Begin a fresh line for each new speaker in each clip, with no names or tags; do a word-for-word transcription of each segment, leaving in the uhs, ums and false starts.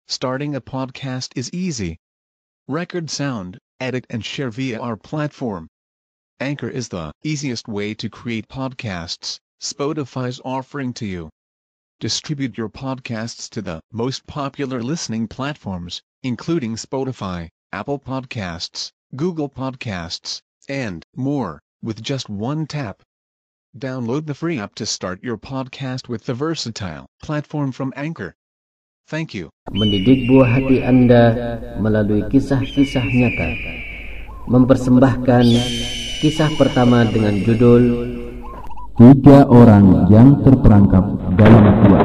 Starting a podcast is easy. Record sound, edit and share via our platform. Anchor is the easiest way to create podcasts Spotify's offering to you. Distribute your podcasts to the most popular listening platforms, including Spotify, Apple Podcasts, Google Podcasts, and more, with just one tap. Download the free app to start your podcast with the versatile platform from Anchor. Thank you.
Mendidik buah hati Anda melalui kisah-kisah nyata. Mempersembahkan kisah pertama dengan judul
Tiga Orang Yang Terperangkap Dalam Gua.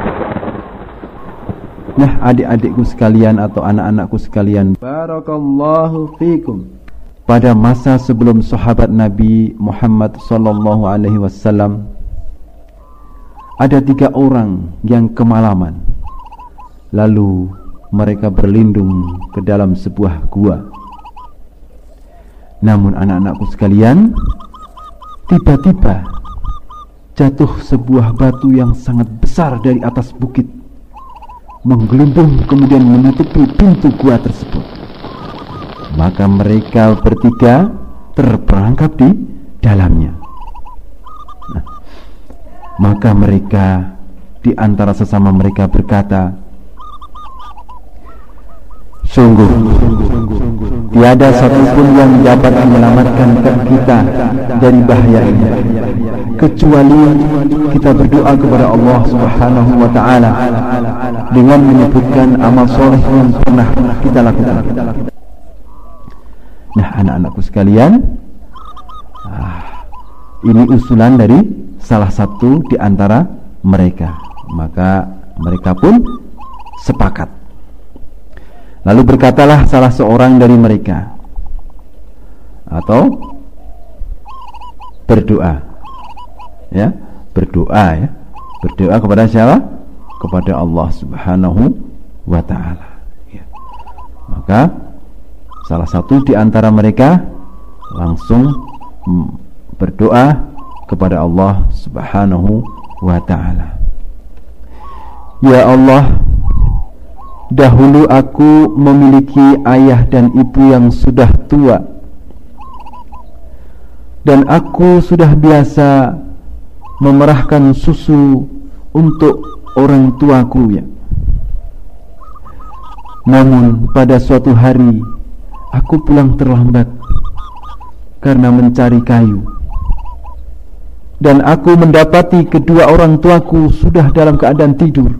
Nah, adik-adikku sekalian atau anak-anakku sekalian, barakallahu fikum. Pada masa sebelum sahabat Nabi Muhammad sallallahu alaihi wasallam, ada tiga orang yang kemalaman. Lalu mereka berlindung ke dalam sebuah gua. Namun anak-anakku sekalian, tiba-tiba jatuh sebuah batu yang sangat besar dari atas bukit, menggelundung kemudian menutupi pintu gua tersebut. Maka mereka bertiga terperangkap di dalamnya. Nah, maka mereka di antara sesama mereka berkata, Sungguh, tiada satupun yang dapat menyelamatkan kita dari bahaya ini, kecuali kita berdoa kepada Allah Subhanahu wa Ta'ala dengan menyebutkan amal soleh yang pernah kita lakukan. Nah, anak-anakku sekalian, ah, ini usulan dari salah satu di antara mereka. Maka mereka pun sepakat. Lalu berkatalah salah seorang dari mereka, atau berdoa, ya, berdoa ya, berdoa kepada siapa? Kepada Allah Subhanahu wa Ta'ala. Ya. Maka salah satu di antara mereka langsung berdoa kepada Allah Subhanahu wa Ta'ala. Ya Allah, dahulu aku memiliki ayah dan ibu yang sudah tua, dan aku sudah biasa memerahkan susu untuk orang tuaku ya. Namun pada suatu hari aku pulang terlambat karena mencari kayu, dan aku mendapati kedua orang tuaku sudah dalam keadaan tidur.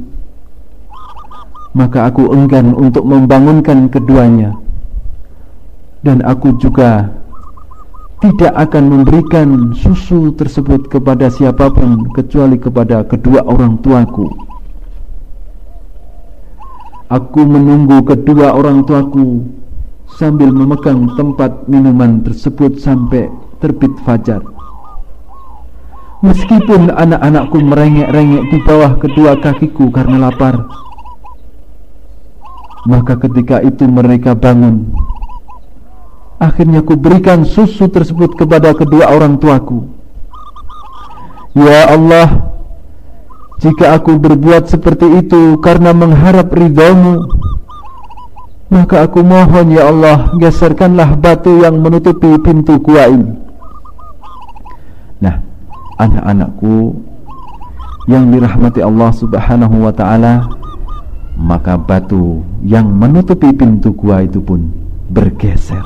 Maka aku enggan untuk membangunkan keduanya, dan aku juga tidak akan memberikan susu tersebut kepada siapapun kecuali kepada kedua orang tuaku. Aku menunggu kedua orang tuaku sambil memegang tempat minuman tersebut sampai terbit fajar. Meskipun anak-anakku merengek-rengek di bawah kedua kakiku karena lapar, maka ketika itu mereka bangun. Akhirnya aku berikan susu tersebut kepada kedua orang tuaku. Ya Allah, jika aku berbuat seperti itu karena mengharap ridhamu, maka aku mohon ya Allah, geserkanlah batu yang menutupi pintu gua ini. Nah, anak-anakku yang dirahmati Allah Subhanahu wa Ta'ala, maka batu yang menutupi pintu gua itu pun bergeser.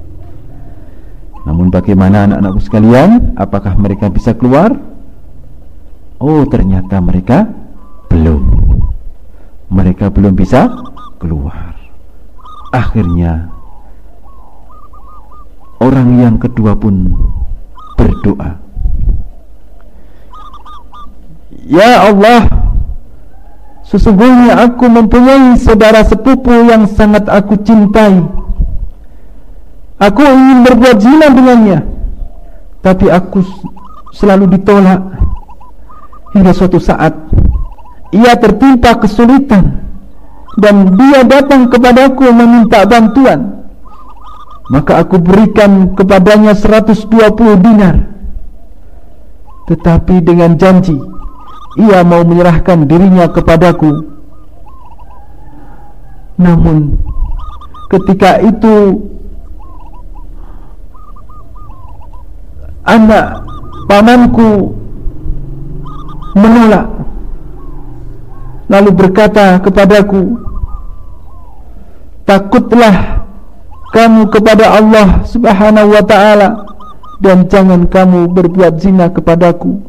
Namun bagaimana anak-anakku sekalian, apakah mereka bisa keluar? Oh, ternyata mereka belum. Mereka belum bisa keluar. Akhirnya orang yang kedua pun berdoa, Ya Allah, sesungguhnya aku mempunyai saudara sepupu yang sangat aku cintai. Aku ingin berbuat zina dengannya, tapi aku selalu ditolak. Hingga suatu saat ia tertimpa kesulitan, dan dia datang kepadaku meminta bantuan. Maka aku berikan kepadanya seratus dua puluh dinar, tetapi dengan janji ia mau menyerahkan dirinya kepadaku Namun ketika itu anak pamanku menolak, lalu berkata kepadaku, takutlah kamu kepada Allah Subhanahu wa ta'ala, dan jangan kamu berbuat zina kepadaku.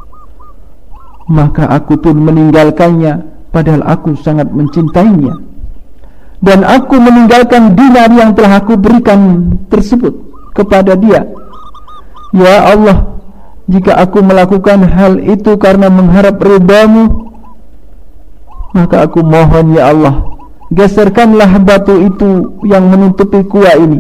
Maka aku pun meninggalkannya, padahal aku sangat mencintainya, dan aku meninggalkan dinar yang telah aku berikan tersebut kepada dia. Ya Allah, jika aku melakukan hal itu karena mengharap ridhamu, maka aku mohon ya Allah, geserkanlah batu itu yang menutupi gua ini.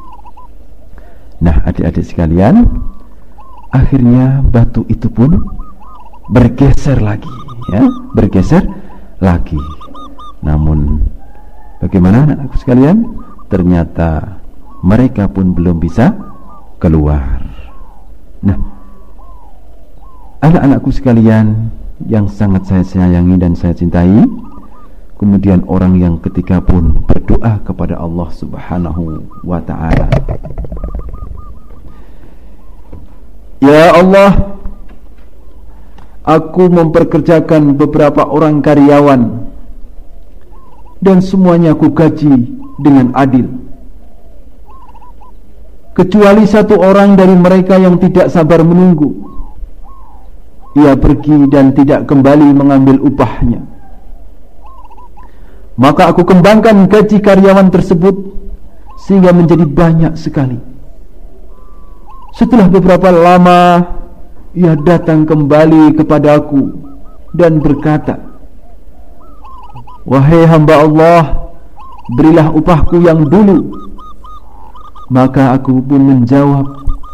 Nah, adik-adik sekalian, akhirnya batu itu pun bergeser lagi, ya, bergeser lagi. Namun bagaimana anak-anakku sekalian? Ternyata mereka pun belum bisa keluar. Nah, anak-anakku sekalian yang sangat saya sayangi dan saya cintai, kemudian orang yang ketiga pun berdoa kepada Allah Subhanahu wa ta'ala. Ya Allah, aku memperkerjakan beberapa orang karyawan dan semuanya aku gaji dengan adil, kecuali satu orang dari mereka yang tidak sabar menunggu. Ia pergi dan tidak kembali mengambil upahnya. Maka aku kembangkan gaji karyawan tersebut sehingga menjadi banyak sekali. Setelah beberapa lama, ia datang kembali kepadaku dan berkata, wahai hamba Allah, berilah upahku yang dulu. Maka aku pun menjawab,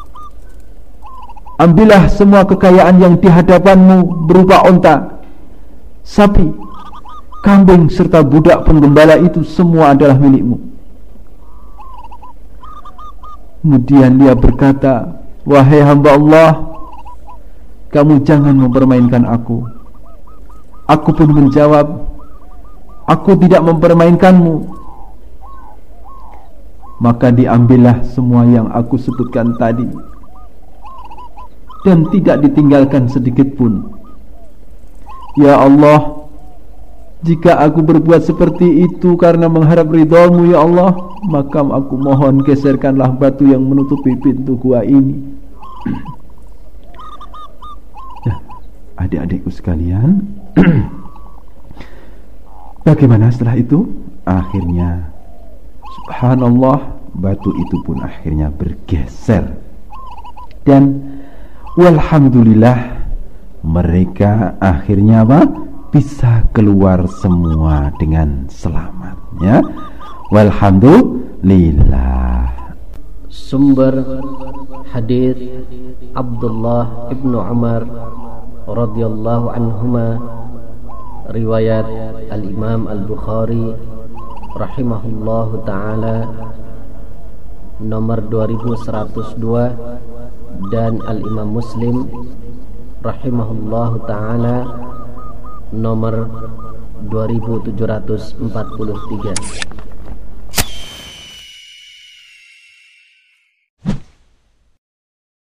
ambillah semua kekayaan yang di hadapanmu berupa onta, sapi, kambing serta budak penggembala itu semua adalah milikmu. Kemudian dia berkata, wahai hamba Allah, kamu jangan mempermainkan aku. Aku pun menjawab, aku tidak mempermainkanmu. Maka diambillah semua yang aku sebutkan tadi, dan tidak ditinggalkan sedikit pun. Ya Allah, jika aku berbuat seperti itu karena mengharap ridhamu ya Allah, maka aku mohon geserkanlah batu yang menutupi pintu gua ini. Nah, adik-adikku sekalian, bagaimana setelah itu? Akhirnya, subhanallah, batu itu pun akhirnya bergeser. Dan walhamdulillah, mereka akhirnya apa? Bisa keluar semua dengan selamat, ya. Walhamdulillah.
Sumber hadis Abdullah ibnu Umar radhiyallahu anhuma, riwayat Al-Imam Al-Bukhari rahimahullahu ta'ala nomor dua ribu seratus dua, dan Al-Imam Muslim rahimahullahu ta'ala nomor dua ribu tujuh ratus empat puluh tiga.